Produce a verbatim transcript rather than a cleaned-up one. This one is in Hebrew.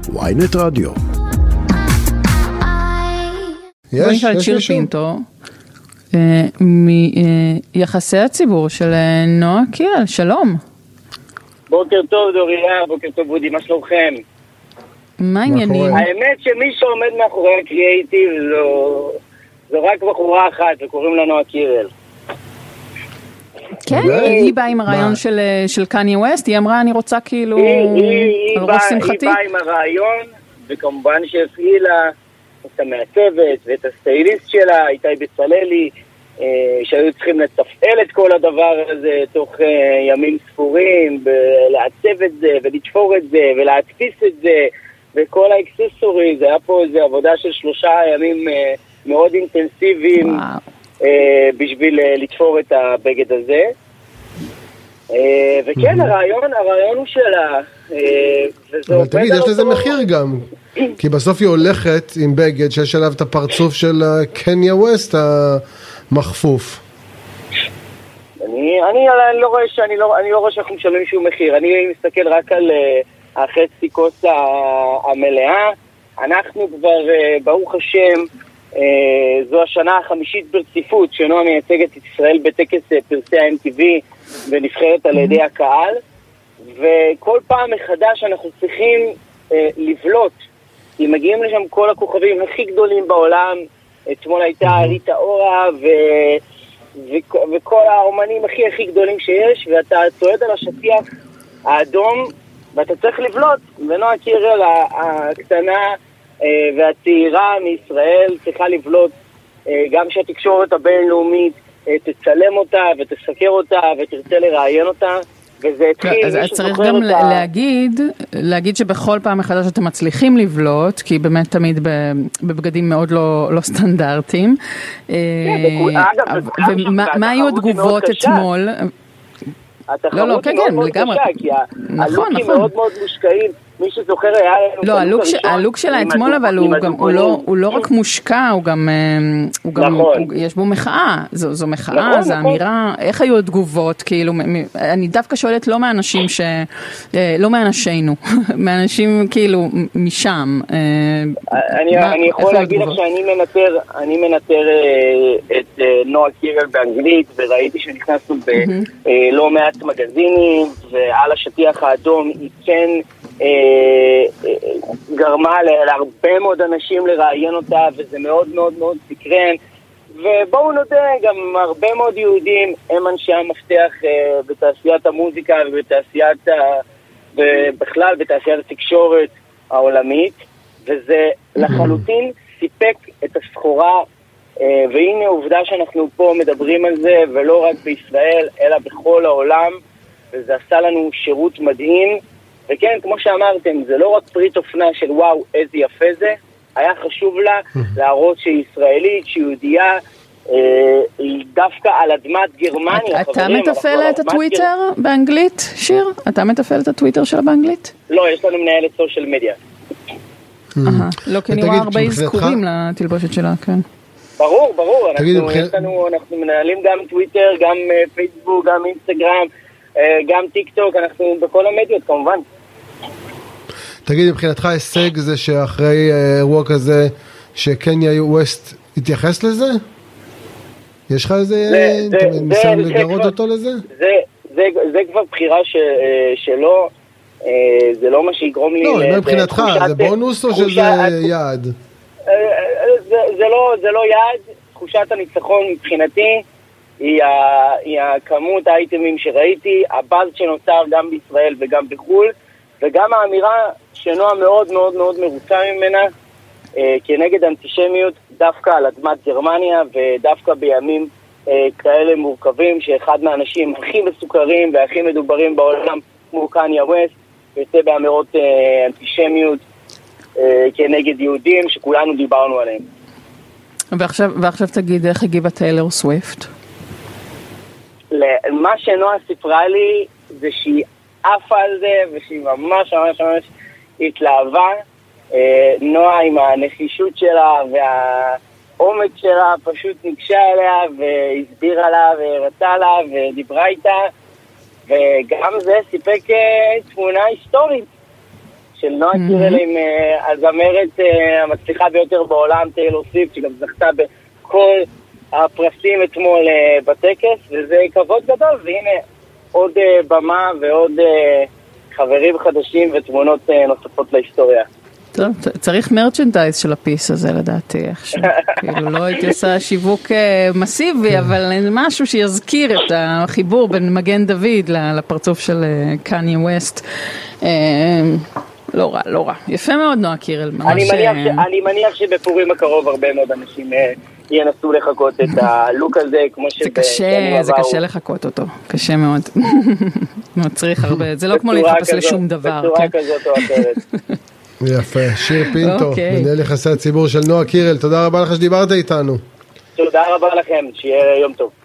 וויינט רדיו. בואי נשאל את שיר פינטו מיחסי הציבור של נועה קירל. שלום. בוקר טוב דוריה, בוקר טוב בודי, מה שלומכם? מה העניינים? האמת שמי שעומד מאחורי הקריאייטיב זו, זו רק בחורה אחת, וקוראים לה נועה קירל. כן, היא באה עם הרעיון של, של קניה ווסט, היא אמרה אני רוצה כאילו על ראש שמחתי. היא באה עם הרעיון, וכמובן שהפעילה את המעצבת ואת הסטייליסט שלה, איתי בצללי, שהיו צריכים לתפעל את כל הדבר הזה תוך ימים ספורים, ולעצב את זה, ולתפור את זה, ולהדפיס את זה, וכל האקססורי, זה היה פה איזו עבודה של שלושה ימים מאוד אינטנסיביים, בשביל לתפור את הבגד הזה. וכן, הרעיון, הרעיון הוא שלה. אבל תגיד, יש לזה מחיר גם. כי בסוף היא הולכת עם בגד שיש עליו את הפרצוף של קניה ווסט המחפוף. אני, אני, אני לא רואה שאני לא, אני לא רואה שאנחנו משלמים שום מחיר. אני מסתכל רק על החצי כוס המלאה. אנחנו כבר, ברוך השם, זו השנה החמישית ברציפות שנועה מייצגת את ישראל בטקס פרסי ה-אם טי וי ונבחרת על ידי הקהל, וכל פעם מחדש אנחנו צריכים לבלוט, כי מגיעים לשם כל הכוכבים הכי גדולים בעולם. אתמול הייתה ריטה אורה ו... ו... וכל האומנים הכי הכי גדולים שיש, ואתה צועד על השטיח האדום ואתה צריך לבלוט, ונועה קירל הקטנה והצעירה מישראל צריכה לבלוט, גם שהתקשורת הבינלאומית תצלם אותה ותסקר אותה ותרצה לראיין אותה, וזה התחיל. אז צריך גם להגיד, להגיד שבכל פעם מחדש אתם מצליחים לבלוט, כי באמת תמיד בבגדים מאוד לא סטנדרטיים. ומה היו התגובות אתמול? לא, לא, כן, כן, לגמרי. כי הלוקים מאוד מאוד מושקעים. מי שזוכר היה... לא, הלוק שלה אתמול, אבל הוא לא רק מושקע, הוא גם, יש בו מחאה, זו מחאה, זו אמירה, איך היו התגובות, כאילו, אני דווקא שואלת לא מאנשים ש... לא מאנשינו, מאנשים כאילו משם. אני יכול להגיד לך שאני מנטר, אני מנטר את נועה קירל באנגלית, וראיתי שנכנסנו בלא מעט מגזינים, ועל השטיח האדום היא כן... גרמה להרבה מאוד אנשים לראיין אותה, וזה מאוד מאוד מאוד סקרן. ובואו נודה, גם הרבה מאוד יהודים הם אנשי המפתח בתעשיית המוזיקה ובתעשיית ובכלל בתעשיית התקשורת העולמית, וזה לחלוטין סיפק את הסחורה. והנה עובדה שאנחנו פה מדברים על זה, ולא רק בישראל אלא בכל העולם, וזה עשה לנו שירות מדהים. וכן, כמו שאמרתם, זה לא רק פריט אופנה של וואו, איזה יפה זה, היה חשוב לה להראות שהיא ישראלית, שהיא יהודייה, היא דווקא על אדמת גרמניה. אתה מתפעל את הטוויטר באנגלית, שיר? אתה מתפעל את הטוויטר שלה באנגלית? לא, יש לנו מנהלת סושיאל מדיה. לא, כי אני רואה הרבה אזכורים לתלבושת שלה, כן. ברור, ברור, אנחנו מנהלים גם טוויטר, גם פייסבוק, גם אינסטגרם, גם טיק טוק, אנחנו בכל המדיות כמובן. תגיד, מבחינתך הישג זה שאחרי אירוע כזה שקניה ווסט התייחס לזה? יש לך איזה ניסיון לגרות אותו לזה? זה כבר בחירה שלו, זה לא מה שיגרום לי... לא, מבחינתך, זה בונוס או שזה יעד? זה לא יעד, תחושת הניצחון מבחינתי היא, ה, היא הכמות האייטמים שראיתי, הבאז שנוצר גם בישראל וגם בחול, וגם האמירה שנועה מאוד מאוד מאוד מרוצה ממנה אה, כנגד אנטישמיות דווקא על אדמת גרמניה, ודווקא בימים אה, כאלה מורכבים, שאחד מהאנשים הכי מסוכרים והכי מדוברים בעולם כמו קניה ווסט יוצא באמירות אה, אנטישמיות אה, כנגד יהודים שכולנו דיברנו עליהם. ועכשיו, ועכשיו תגיד איך הגיבה טיילור סוויפט? מה שנועה סיפרה לי זה שהיא עפה על זה ושהיא ממש ממש ממש התלהבה. נועה עם הנחישות שלה והעומק שלה פשוט ניגשה אליה והסבירה לה והראתה לה ודיברה איתה, וגם זה סיפק תמונה היסטורית של נועה קירל עם הזמרת המצליחה ביותר בעולם, טיילור סוויפט, שגם זכתה בכל הפרסים אתמול בטקס, וזה כבוד גדול, והנה עוד במה ועוד חברים חדשים ותמונות נוספות להיסטוריה. טוב, צריך מרצ'נדייז של הפיס הזה לדעתי איכשהו. כאילו לא הייתי עושה שיווק מסיבי, אבל משהו שיזכיר את החיבור בין מגן דוד לפרצוף של קניה ווסט. לא רע, לא רע. יפה מאוד נועה קירל. אני מניח שבפורים הקרוב הרבה מאוד אנשים ינסו לחכות את הלוק הזה, כמו ש... זה קשה, זה קשה לחכות אותו. קשה מאוד. צריך הרבה, זה לא כמו להתחפש לשום דבר. בצורה כזאת או אחרת. יפה, שיר פינטו, מנהל יחסי הציבור של נועה קירל, תודה רבה לך שדיברת איתנו. תודה רבה לכם, שיהיה יום טוב.